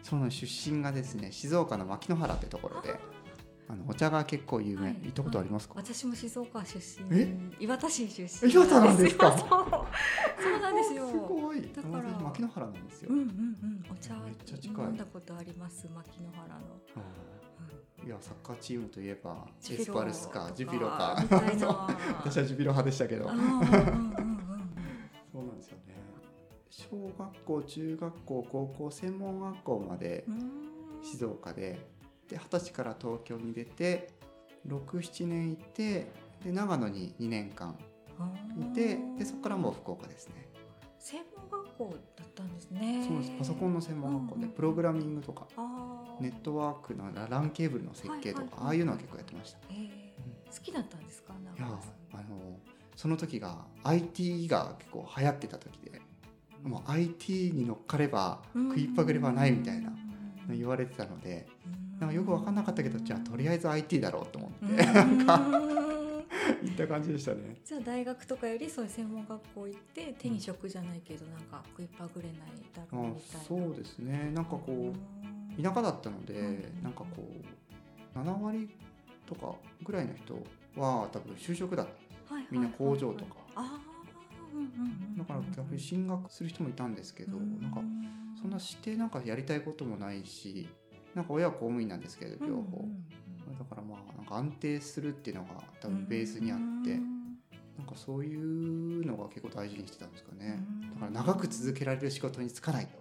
その出身がですね、静岡の牧之原ってところで、お茶が結構有名、行ったことありますか？ 私も静岡出身、岩田市出身岩田なんですか？ そうなんですよ。 すごい。 だから牧之原なんですよ。 お茶めっちゃ近い。 飲んだことあります、牧之原の。 いや、サッカーチームといえばエスジュビロパルスかジュビロかみたいな私はジュビロ派でしたけど、そうなんですよね。小学校、中学校、高校、専門学校まで静岡で、20歳から東京に出て 6,7 年いて、で長野に2年間いて、でそこからもう福岡ですね。 専門学校だったんですね。 そうです。パソコンの専門学校でプログラミングとかネットワークの LAN ケーブルの設計とか、ああいうのは結構やってました。 好きだったんですか？ いや、その時が IT が結構流行ってた時で、もう IT に乗っかれば食いっぱぐれはないみたいな言われてたので、なんかよく分かんなかったけど、じゃあとりあえず IT だろうと思ってなんかいった感じでしたね。 じゃあ大学とかよりそういう専門学校行って手に職じゃないけどなんか食いっぱぐれないだろうみたいな。 そうですね。なんかこう田舎だったので、なんかこう7割とかぐらいの人は多分就職だ、みんな工場とか、だから多分進学する人もいたんですけど、なんかそんなしてなんかやりたいこともないし、なんか親は公務員なんですけど両方、だからまあなんか安定するっていうのが多分ベースにあって、なんかそういうのが結構大事にしてたんですかね。だから長く続けられる仕事に就かないと。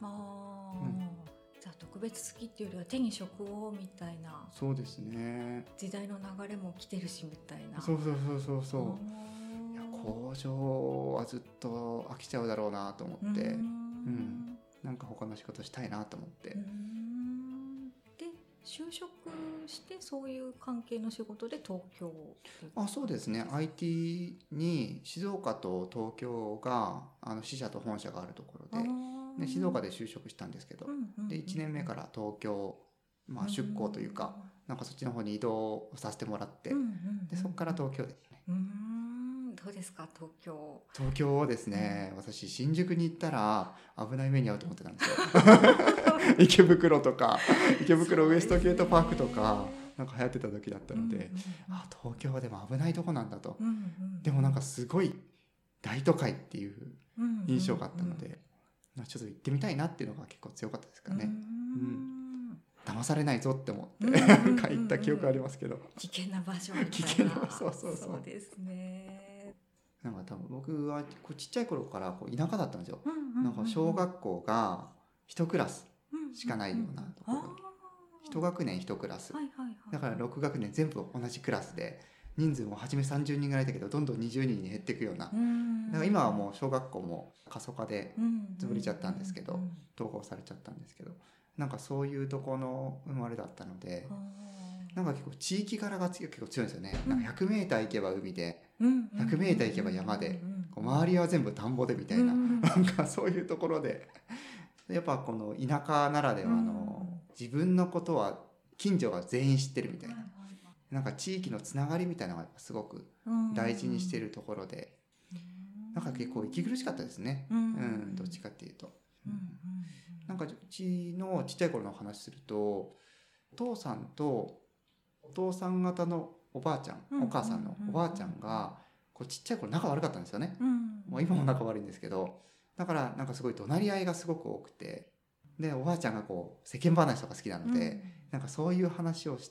じゃあ特別好きっていうよりは手に職をみたいな。 そうですね。 時代の流れも来てるしみたいな。 そういや、工場はずっと飽きちゃうだろうなと思って、なんか他の仕事したいなと思って。 で就職してそういう関係の仕事で東京。 そうですね。IT に静岡と東京が支社と本社があるところで、静岡で就職したんですけど、で1年目から東京、出向というか、なんかそっちの方に移動させてもらって、でそこから東京ですね。 どうですか東京？ 東京ですね、私新宿に行ったら危ない目に遭うと思ってたんですよ池袋とか、池袋ウエストゲートパークとかなんか流行ってた時だったので、東京でも危ないとこなんだと、でもなんかすごい大都会っていう印象があったので、ちょっと行ってみたいなっていうのが結構強かったですかね。騙されないぞって思って行った記憶ありますけど、 危険な場所みたいな。 危険な、そうですね。 なんか多分僕はちっちゃい頃から田舎だったんですよ。なんか小学校が1クラスしかないようなところに、1学年1クラス、だから6学年全部同じクラスで、人数も初め30人ぐらいだけどどんどん20人に減っていくような、だから今はもう小学校も過疎化で潰れちゃったんですけど、統合されちゃったんですけど、なんかそういうとこの生まれだったので、なんか結構地域柄が結構強いんですよね。なんか 100m 行けば海で、100m 行けば山で、周りは全部田んぼでみたいな、なんかそういうところで、やっぱこの田舎ならではの自分のことは近所が全員知ってるみたいな、なんか地域のつながりみたいなのがすごく大事にしてるところで、なんか結構息苦しかったですね。どっちかっていうと、なんかうちのちっちゃい頃の話すると、お父さんとお父さん方のおばあちゃん、お母さんのおばあちゃんがちっちゃい頃仲悪かったんですよね。もう今も仲悪いんですけど、だからなんかすごい怒鳴り合いがすごく多くて、でおばあちゃんが世間話とか好きなので、なんかそういう話をして、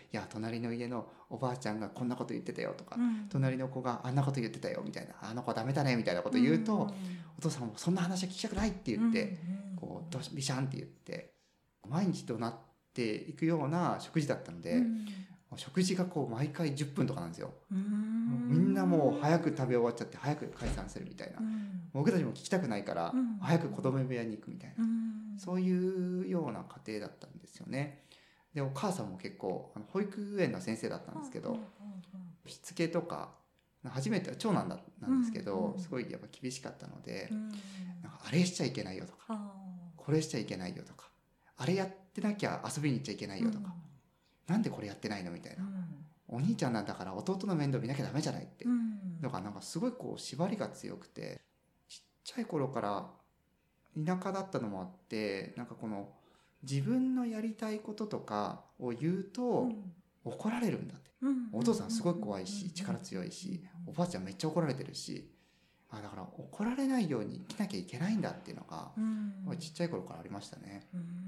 いや隣の家のおばあちゃんがこんなこと言ってたよとか、隣の子があんなこと言ってたよみたいな、あの子はダメだねみたいなこと言うと、お父さんもそんな話は聞きたくないって言って、ビシャンって言って毎日怒鳴っていくような食事だったので、食事が毎回10分とかなんですよ。みんなもう早く食べ終わっちゃって早く解散するみたいな、僕たちも聞きたくないから早く子供部屋に行くみたいな、そういうような家庭だったんですよね。でお母さんも結構保育園の先生だったんですけど、しつけとか初めては長男なんですけど、すごいやっぱ厳しかったので、なんかあれしちゃいけないよとか、これしちゃいけないよとか、あれやってなきゃ遊びに行っちゃいけないよとか、なんでこれやってないのみたいな、お兄ちゃんなんだから弟の面倒見なきゃダメじゃないって、だからなんかすごい縛りが強くて、ちっちゃい頃から田舎だったのもあって、なんか自分のやりたいこととかを言うと怒られるんだって、お父さんすごい怖いし力強いし、おばあちゃんめっちゃ怒られてるし、だから怒られないように生きなきゃいけないんだっていうのが、ちっちゃい頃からありましたね。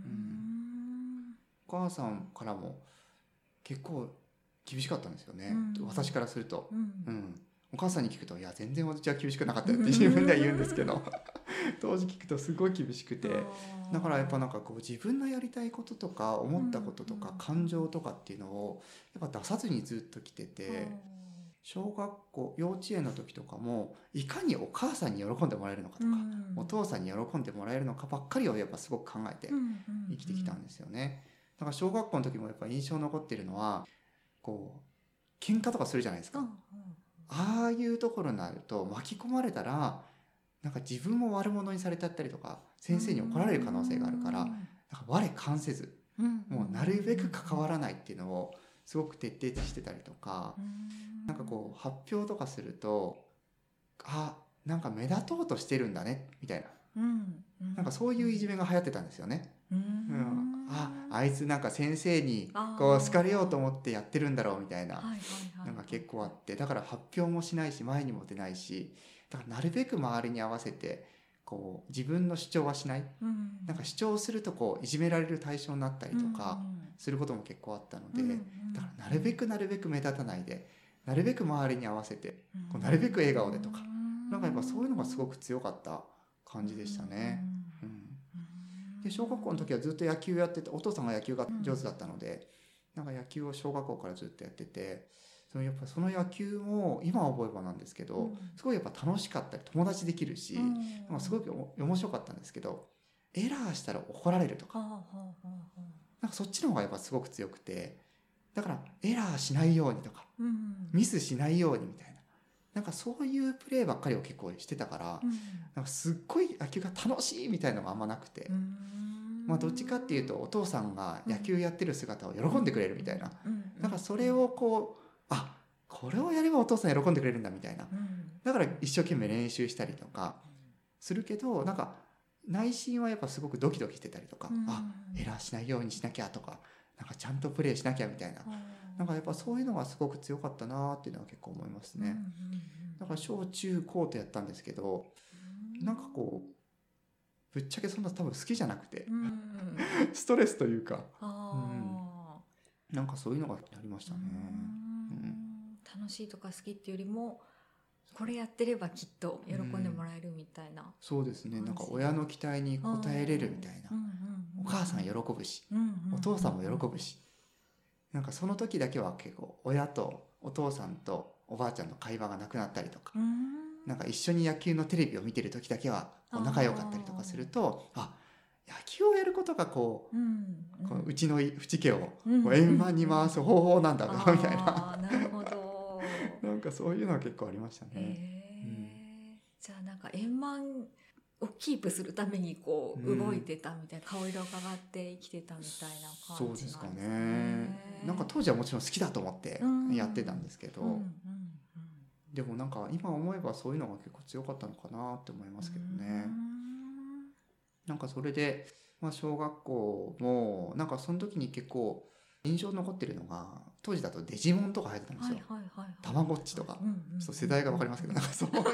お母さんからも結構厳しかったんですよね、私からすると。お母さんに聞くと、いや全然私は厳しくなかったよって自分では言うんですけど当時聞くとすごい厳しくて、だからやっぱなんかこう自分のやりたいこととか思ったこととか感情とかっていうのをやっぱ出さずにずっと来てて、小学校幼稚園の時とかもいかにお母さんに喜んでもらえるのかとか、お父さんに喜んでもらえるのかばっかりをやっぱすごく考えて生きてきたんですよね。だから小学校の時もやっぱ印象に残ってるのは、こう喧嘩とかするじゃないですか。ああいうところになると巻き込まれたらなんか自分も悪者にされちゃったりとか先生に怒られる可能性があるから、なんか我関せず、もうなるべく関わらないっていうのをすごく徹底してたりとか、なんかこう発表とかすると、なんか目立とうとしてるんだねみたいな、なんかそういういじめが流行ってたんですよね。あいつなんか先生にこう好かれようと思ってやってるんだろうみたいな、なんか結構あって、だから発表もしないし前にも出ないし、だからなるべく周りに合わせてこう自分の主張はしない、なんか主張するとこういじめられる対象になったりとかすることも結構あったので、だからなるべく目立たないで、なるべく周りに合わせてこうなるべく笑顔でとか、なんかやっぱそういうのがすごく強かった感じでしたね。で小学校の時はずっと野球やってて、お父さんが野球が上手だったので、なんか野球を小学校からずっとやってて、やっぱその野球も今覚えばなんですけど、すごいやっぱ楽しかったり友達できるし、なんかすごく面白かったんですけど、エラーしたら怒られるとか、なんかそっちの方がやっぱすごく強くて、だからエラーしないようにとか、ミスしないようにみたいな、なんかそういうプレーばっかりを結構してたから、なんかすっごい野球が楽しいみたいなのがあんまなくて、どっちかっていうとお父さんが野球やってる姿を喜んでくれるみたいな、なんかそれをこう、これをやればお父さん喜んでくれるんだみたいな、だから一生懸命練習したりとかするけど、なんか内心はやっぱすごくドキドキしてたりとか、エラーしないようにしなきゃとか、なんかちゃんとプレーしなきゃみたいな、なんかやっぱそういうのがすごく強かったなっていうのは結構思いますね。だから小中高とやったんですけど、なんかこうぶっちゃけそんな多分好きじゃなくて、ストレスというか、なんかそういうのがありましたね。 楽しいとか好きっていうよりも、これやってればきっと喜んでもらえるみたいな、 そうですね、なんか親の期待に応えれるみたいな、お母さん喜ぶし、お父さんも喜ぶし、なんかその時だけは結構親とお父さんとおばあちゃんの会話がなくなったりとか、なんか一緒に野球のテレビを見てる時だけはこう仲良かったりとかすると、野球をやることがこううちの淵家をこう円満に回す方法なんだなみたいな、 なるほどなんかそういうのは結構ありましたね。 じゃあなんか円満をキープするためにこう動いてたみたいな、顔色を伺って生きてたみたいな感じなんですかね。 そうですかね。なんか当時はもちろん好きだと思ってやってたんですけど、でもなんか今思えばそういうのが結構強かったのかなって思いますけどね。なんかそれで、小学校もなんかその時に結構印象に残ってるのが、当時だとデジモンとか流行ってたんですよ。たまごっちとか、世代が分かりますけど、なんかそういうのが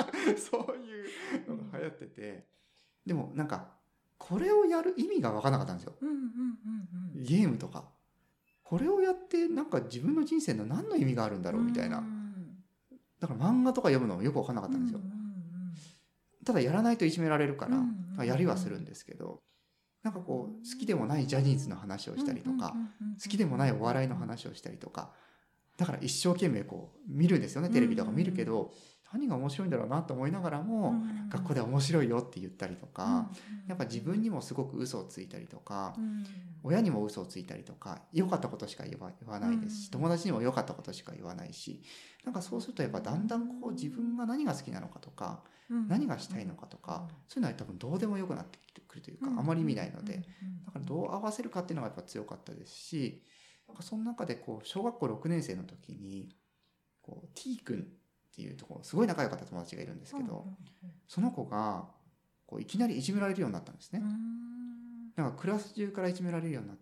流行ってて、でもなんかこれをやる意味が分からなかったんですよ。ゲームとかこれをやってなんか自分の人生の何の意味があるんだろうみたいな、だから漫画とか読むのもよく分からなかったんですよ。ただやらないといじめられるからやりはするんですけど、なんかこう好きでもないジャニーズの話をしたりとか、好きでもないお笑いの話をしたりとか、だから一生懸命こう見るんですよね。テレビとか見るけど、何が面白いんだろうなと思いながらも、学校で面白いよって言ったりとか、やっぱ自分にもすごく嘘をついたりとか、親にも嘘をついたりとか、良かったことしか言わないですし、友達にも良かったことしか言わないし、なんかそうするとやっぱだんだんこう自分が何が好きなのかとか、何がしたいのかとか、そういうのは多分どうでもよくなってくるというか、あまり意味ないので、だからどう合わせるかっていうのがやっぱ強かったですし、なんかその中でこう小学校6年生の時にこう T 君っていうところすごい仲良かった友達がいるんですけど、その子がこういきなりいじめられるようになったんですね。 なんかクラス中からいじめられるようになって、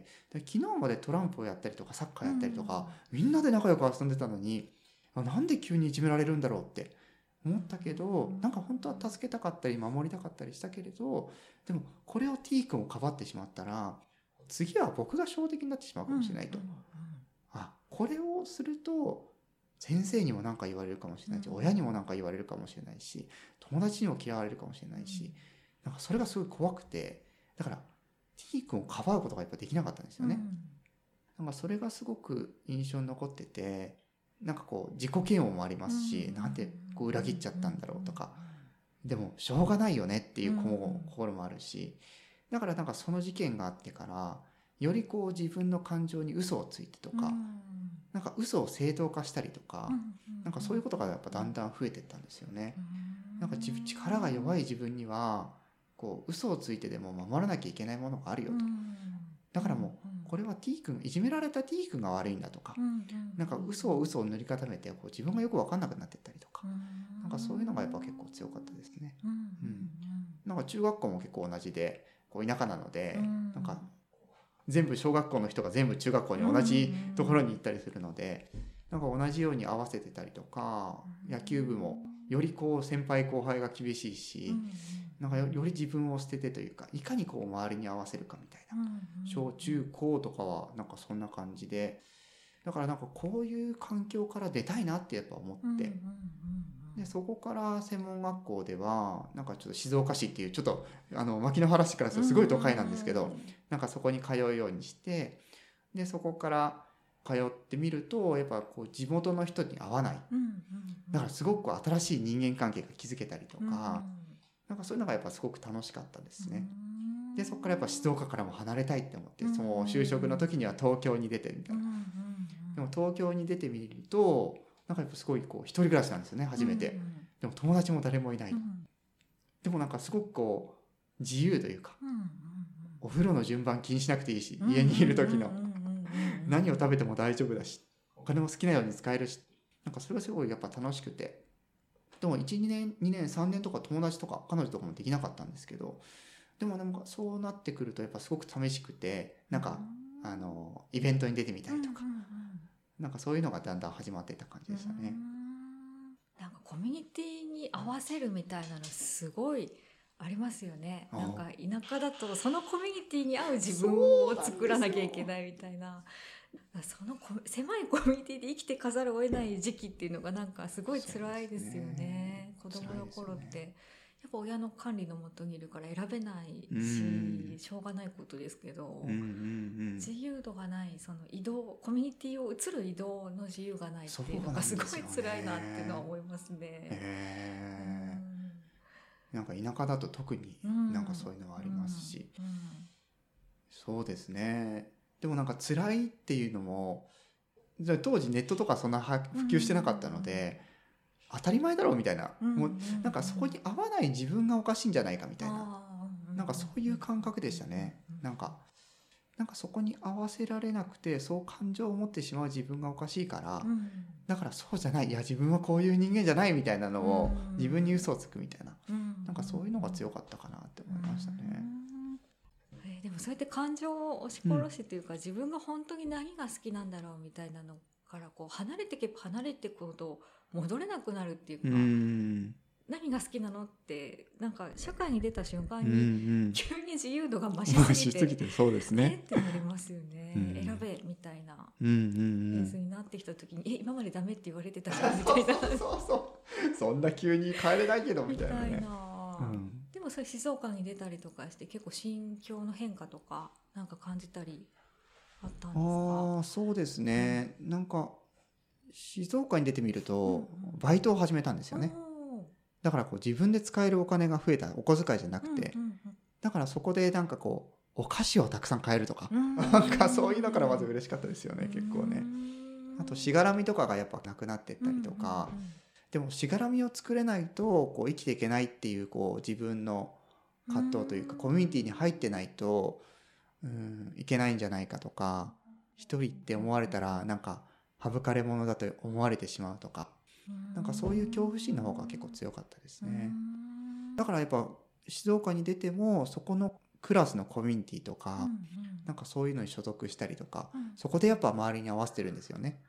で昨日までトランプをやったりとかサッカーやったりとか、みんなで仲良く遊んでたのに、なんで急にいじめられるんだろうって思ったけど、なんか本当は助けたかったり守りたかったりしたけれど、でもこれを T 君をかばってしまったら次は僕が標的になってしまうかもしれないと、これをすると先生にも何か言われるかもしれないし、親にも何か言われるかもしれないし、友達にも嫌われるかもしれないし、なんかそれがすごい怖くて、だから T 君をかばうことがやっぱできなかったんですよね。なんかそれがすごく印象に残ってて、なんかこう自己嫌悪もありますし、なんでこう裏切っちゃったんだろうとか、でもしょうがないよねっていう心もあるし、だからなんかその事件があってからよりこう自分の感情に嘘をついてとか、なんか嘘を正当化したりとか、なんかそういうことがやっぱだんだん増えていったんですよね。なんか力が弱い自分にはこう嘘をついてでも守らなきゃいけないものがあるよと。だからもうこれは T 君、いじめられた T 君が悪いんだとか、なんか嘘を塗り固めてこう自分がよく分かんなくなっていったりとか、なんかそういうのがやっぱ結構強かったですね。なんか中学校も結構同じで、こう田舎なので、なんか全部小学校の人が全部中学校に同じところに行ったりするので、なんか同じように合わせてたりとか、野球部もよりこう先輩後輩が厳しいし、なんかより自分を捨ててというか、いかにこう周りに合わせるかみたいな、小中高とかはなんかそんな感じで、だからなんかこういう環境から出たいなってやっぱ思って、でそこから専門学校ではなんかちょっと静岡市っていうちょっと牧之原市からするとすごい都会なんですけど、なんかそこに通うようにして、でそこから通ってみるとやっぱこう地元の人に合わない、だからすごく新しい人間関係が築けたりとか、なんかそういうのがやっぱすごく楽しかったですね。でそこからやっぱ静岡からも離れたいって思って、その就職の時には東京に出てみたいな。でも東京に出てみるとなんかやっぱすごいこう一人暮らしなんですよね、初めて。でも友達も誰もいない。でもなんかすごくこう自由というか、お風呂の順番気にしなくていいし、家にいる時の何を食べても大丈夫だし、お金も好きなように使えるし、なんかそれがすごいやっぱ楽しくて。でも1、2年、2年、3年とか友達とか彼女とかもできなかったんですけど、でもなんかそうなってくるとやっぱすごく寂しくて、なんかイベントに出てみたりとか、なんかそういうのがだんだん始まっていった感じでしたね。 なんかコミュニティに合わせるみたいなのすごいありますよね。なんか田舎だとそのコミュニティに合う自分を作らなきゃいけないみたいな。その狭いコミュニティで生きてかざるを得ない時期っていうのがなんかすごい辛いですよね。子供の頃ってやっぱ親の管理のもとにいるから選べないし、しょうがないことですけど、自由度がない、その移動、コミュニティを移る移動の自由がないっていうのがすごい辛いなっていうのは思いますね。 なんか田舎だと特になんかそういうのはありますし、そうですね。でもなんか辛いっていうのも、じゃあ当時ネットとかそんな普及してなかったので、当たり前だろうみたいな、もうなんかそこに合わない自分がおかしいんじゃないかみたいな、なんかそういう感覚でしたね。なんかそこに合わせられなくて、そう感情を持ってしまう自分がおかしいから、だからそうじゃない、いや自分はこういう人間じゃないみたいなのを自分に嘘をつくみたいな、なんかそういうのが強かったかなって思いましたね。 でもそうやって感情を押し殺しというか、自分が本当に何が好きなんだろうみたいなのからこう離れていけば離れていくほど戻れなくなるっていうか、何が好きなのってなんか社会に出た瞬間に急に自由度が増しすぎて、 そうですねってなりますよね。選べみたいなレースになってきた時に今までダメって言われてたじゃんみたいなそんな急に帰れないけどみたいなね。 でもそれ静岡に出たりとかして結構心境の変化とかなんか感じたりあったんですか？ そうですね、なんか静岡に出てみるとバイトを始めたんですよね。だからこう自分で使えるお金が増えた、お小遣いじゃなくて、だからそこでなんかこうお菓子をたくさん買えるとか、なんかそういうのからまず嬉しかったですよね、結構ね。あとしがらみとかがやっぱなくなってったりとか、でもしがらみを作れないとこう生きていけないっていう、こう自分の葛藤というか、コミュニティに入ってないといけないんじゃないかとか、一人って思われたらなんか省かれ者だと思われてしまうとか、なんかそういう恐怖心の方が結構強かったですね。だからやっぱ静岡に出てもそこのクラスのコミュニティとか、なんかそういうのに所属したりとか、そこでやっぱ周りに合わせてるんですよね。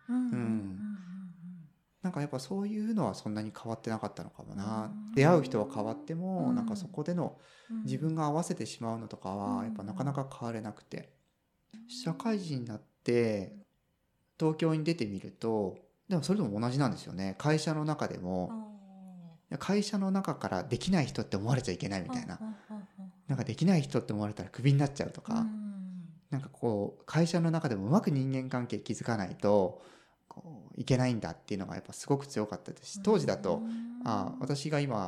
なんかやっぱそういうのはそんなに変わってなかったのかもな。出会う人は変わっても、なんかそこでの自分が合わせてしまうのとかはやっぱなかなか変われなくて、社会人になって東京に出てみると、でもそれでも同じなんですよね。会社の中でも、会社の中からできない人って思われちゃいけないみたいな、なんかできない人って思われたらクビになっちゃうとか、なんかこう会社の中でもうまく人間関係築かないとこういけないんだっていうのがやっぱすごく強かったですし、当時だと私が今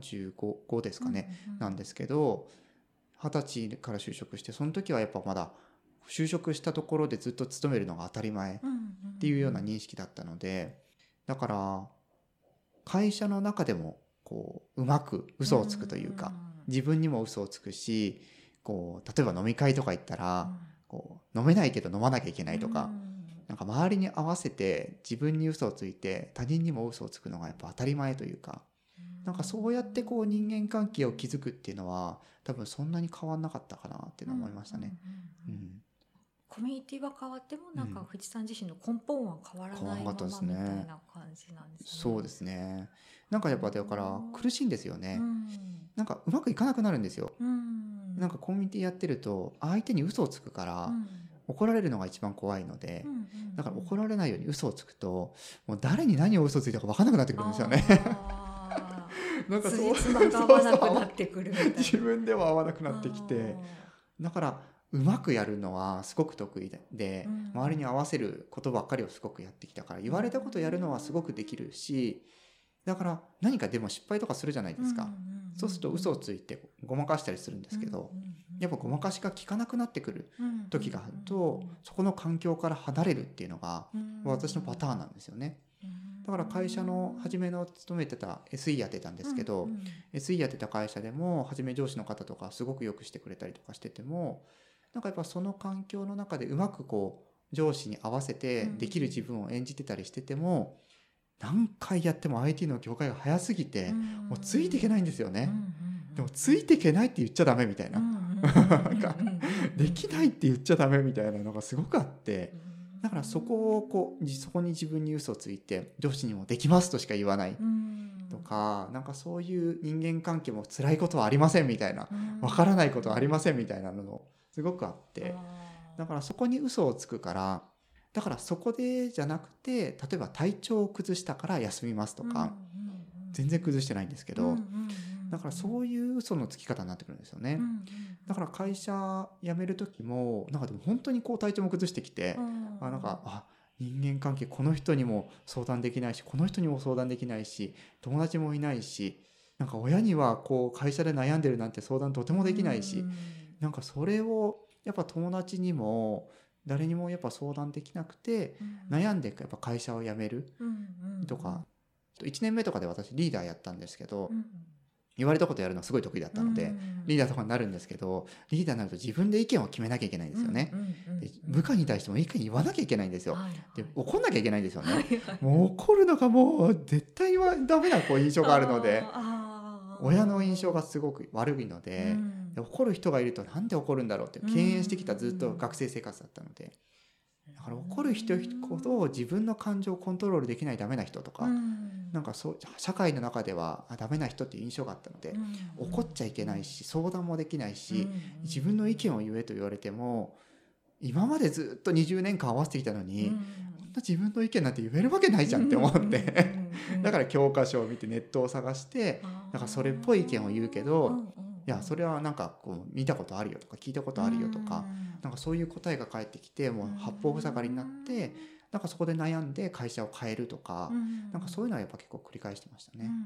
35ですかね、なんですけど、20歳から就職して、その時はやっぱまだ就職したところでずっと勤めるのが当たり前っていうような認識だったので、だから会社の中でもこううまく嘘をつくというか、自分にも嘘をつくし、こう例えば飲み会とか行ったらこう飲めないけど飲まなきゃいけないとか、なんか周りに合わせて自分に嘘をついて他人にも嘘をつくのがやっぱ当たり前というか、なんかそうやってこう人間関係を築くっていうのは多分そんなに変わんなかったかなっていうのは思いましたね。 コミュニティは変わってもなんか藤さん自身の根本は変わらないままみたいな感じなんですね。 そうですね。なんかやっぱだから苦しいんですよね。なんかうまくいかなくなるんですよ。なんかコミュニティやってると相手に嘘をつくから、怒られるのが一番怖いので、だから怒られないように嘘をつくと、もう誰に何を嘘をついたか分からなくなってくるんですよね。 なんかそう合わなくなってくるみたいな。 自分では合わなくなってきて、だからうまくやるのはすごく得意で、周りに合わせることばっかりをすごくやってきたから、言われたことをやるのはすごくできるし、だから何かでも失敗とかするじゃないですか。そうすると嘘をついてごまかしたりするんですけど、やっぱごまかしが効かなくなってくる時があると、そこの環境から離れるっていうのが私のパターンなんですよね。だから会社の初めの勤めてた SE やってたんですけど、SE やってた会社でも初め上司の方とかすごくよくしてくれたりとかしてても、なんかやっぱその環境の中でうまくこう上司に合わせてできる自分を演じてたりしてても、何回やっても IT の業界が早すぎてもうついていけないんですよね。でもついていけないって言っちゃダメみたいな、なんかできないって言っちゃダメみたいなのがすごくあって、だからそこをこうそこに自分に嘘をついて上司にもできますとしか言わないとか、なんかそういう人間関係も辛いことはありませんみたいな、わからないことはありませんみたいなのすごくあって、だからそこに嘘をつくから、だからそこでじゃなくて、例えば体調を崩したから休みますとか、全然崩してないんですけど、だからそういう嘘のつき方になってくるんですよね。だから会社辞める時もなんかでも本当にこう体調も崩してきて、なんか人間関係この人にも相談できないし、この人にも相談できないし、友達もいないし、なんか親にはこう会社で悩んでるなんて相談とてもできないし、なんかそれをやっぱ友達にも誰にもやっぱ相談できなくて、悩んでやっぱ会社を辞めるとか、1年目とかで私リーダーやったんですけど、言われたことやるのはすごい得意だったので、リーダーとかになるんですけど、リーダーになると自分で意見を決めなきゃいけないんですよね。で部下に対しても意見言わなきゃいけないんですよ。で怒んなきゃいけないんですよね。もう怒るのがもう絶対はダメなこう印象があるので、親の印象がすごく悪いので、怒る人がいるとなんで怒るんだろうって敬遠してきたずっと学生生活だったので、だから怒る人ほど自分の感情をコントロールできないダメな人とか、なんかそう社会の中ではダメな人っていう印象があったので、怒っちゃいけないし相談もできないし、自分の意見を言えと言われても、今までずっと20年間合わせてきたのに、こんな自分の意見なんて言えるわけないじゃんって思ってだから教科書を見てネットを探して、なんかそれっぽい意見を言うけど、いやそれはなんかこう見たことあるよとか聞いたことあるよとか、なんかそういう答えが返ってきて、もう八方塞がりになって、なんかそこで悩んで会社を変えるとか、なんかそういうのはやっぱ結構繰り返してましたね。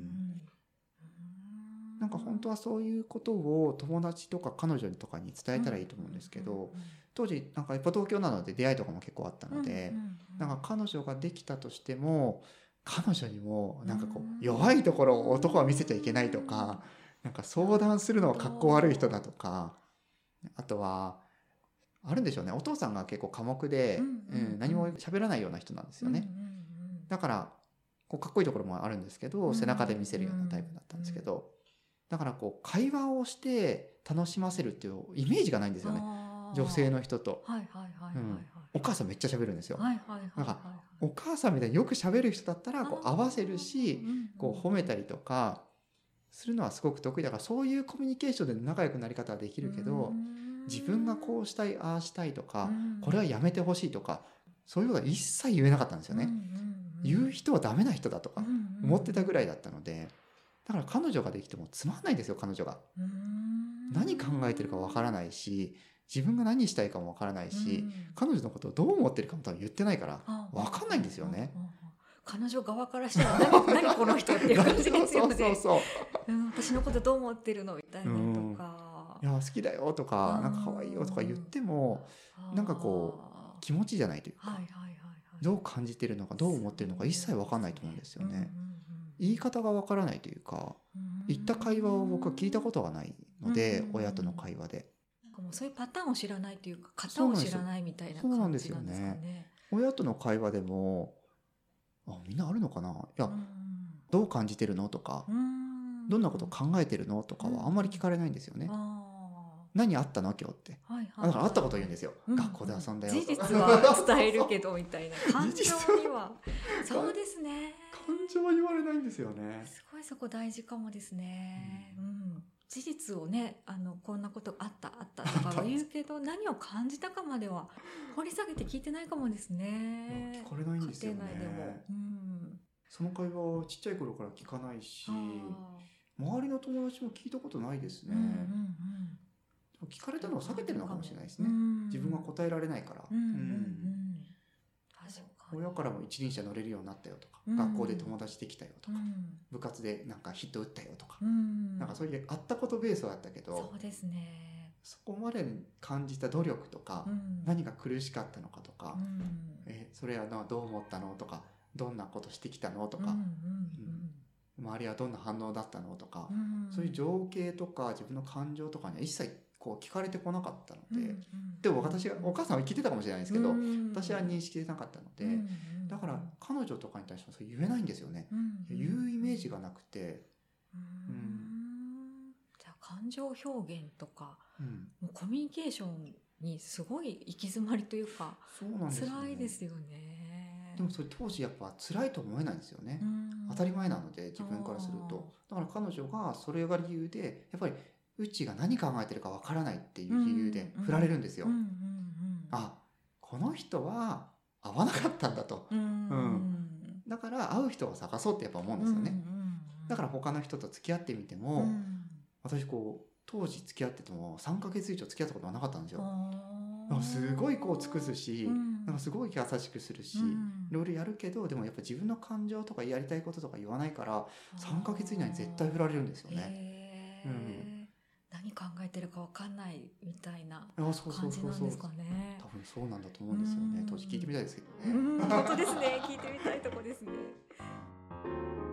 なんか本当はそういうことを友達とか彼女とかに伝えたらいいと思うんですけど、当時なんかやっぱ東京なので出会いとかも結構あったので、なんか彼女ができたとしても、彼女にもなんかこう弱いところを男は見せちゃいけないとか、なんか相談するのはかっこ悪い人だとか、あとはあるんでしょうね、お父さんが結構寡黙で、何も喋らないような人なんですよね。だからこうかっこいいところもあるんですけど、背中で見せるようなタイプだったんですけど、 だからこう会話をして楽しませるっていうイメージがないんですよね、女性の人と。お母さんめっちゃ喋るんですよ。なんかお母さんみたいによく喋る人だったらこう合わせるし、こう褒めたりとかするのはすごく得意だから、そういうコミュニケーションで仲良くなり方はできるけど、自分がこうしたいああしたいとか、これはやめてほしいとか、そういうことは一切言えなかったんですよね。言う人はダメな人だとか思ってたぐらいだったので、だから彼女ができてもつまんないんですよ。彼女が何考えてるかわからないし、自分が何したいかもわからないし、彼女のことをどう思ってるかも多分言ってないからわかんないんですよね。 彼女側からしたら何この人っていう感じですよね。私のことどう思ってるのみたいなとか、 いや好きだよとか、なんか可愛いよとか言っても、なんかこう気持ちじゃないというか、どう感じてるのかどう思ってるのか一切わかんないと思うんですよね。言い方がわからないというか、言った会話を僕は聞いたことがないので、親との会話で。 もうそういうパターンを知らないというか、型を知らないみたいな感じなんですかね。 親との会話でもみんなあるのかな。いや、どう感じてるのとか、どんなこと考えてるのとかはあんまり聞かれないんですよね。何あったの今日って、だからあったこと言うんですよ。学校で遊んだよとか。 事実は伝えるけどみたいな。感情にはそうですね。 感情は言われないんですよね。 すごいそこ大事かもですね。事実をね、こんなことあったとかは言うけど、何を感じたかまでは掘り下げて聞いてないかもですね。 聞かれないんですよね。 家庭内でも、 その会話をちっちゃい頃から聞かないし、周りの友達も聞いたことないですね。聞かれたのを避けてるのかもしれないですね。自分が答えられないから。親からも一輪車乗れるようになったよとか、学校で友達できたよとか、部活でなんかヒット打ったよとか、なんかそういうあったことベースはあったけど、 そうですね。 そこまで感じた努力とか、何が苦しかったのかとか、それはどう思ったのとか、どんなことしてきたのとか、周りはどんな反応だったのとか、そういう情景とか自分の感情とかには一切こう聞かれてこなかったので、でも私がお母さんは聞いてたかもしれないですけど、私は認識でなかったので、だから彼女とかに対してもそう言えないんですよね。言うイメージがなくて、 じゃあ感情表現とか、もうコミュニケーションにすごい行き詰まりというか、辛いですよね。 でもそれ当時やっぱ辛いと思えないんですよね。当たり前なので自分からすると。だから彼女がそれが理由で、やっぱりうちが何考えてるかわからないっていう理由で振られるんですよ。あ、この人は合わなかったんだと。だから会う人を探そうってやっぱ思うんですよね。だから他の人と付き合ってみても、私こう当時付き合ってても3ヶ月以上付き合ったことがなかったんですよ。すごいこう尽くすし、なんかすごい優しくするし、いろいろやるけど、でもやっぱ自分の感情とかやりたいこととか言わないから3ヶ月以内に絶対振られるんですよね。 何考えてるか分かんないみたいな感じなんですかね。 多分そうなんだと思うんですよね。当時聞いてみたいですけどね。 本当ですね。聞いてみたいとこですね。